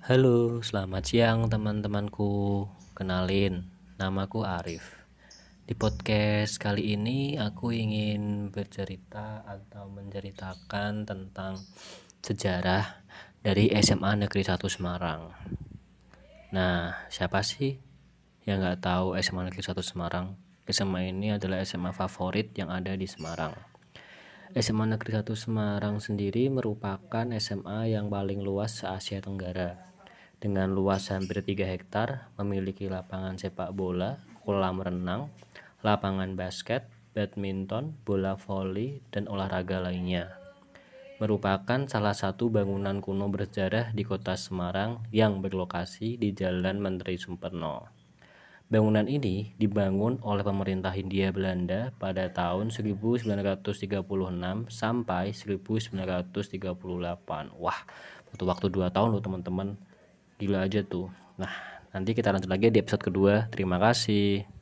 Halo, selamat siang teman-temanku. Kenalin, namaku Arif. Di podcast kali ini aku ingin bercerita atau menceritakan tentang sejarah dari SMA Negeri 1 Semarang. Nah, siapa sih yang nggak tahu SMA Negeri 1 Semarang? SMA ini adalah SMA favorit yang ada di Semarang. SMA Negeri 1 Semarang sendiri merupakan SMA yang paling luas se-Asia Tenggara. Dengan luas hampir 3 hektar, memiliki lapangan sepak bola, kolam renang, lapangan basket, badminton, bola voli, dan olahraga lainnya. Merupakan salah satu bangunan kuno bersejarah di kota Semarang yang berlokasi di Jalan Menteri Sumpeno. Bangunan ini dibangun oleh pemerintah Hindia Belanda pada tahun 1936 sampai 1938. Wah, butuh waktu 2 tahun loh teman-teman. Gila aja tuh. Nah, nanti kita lanjut lagi di episode kedua. Terima kasih.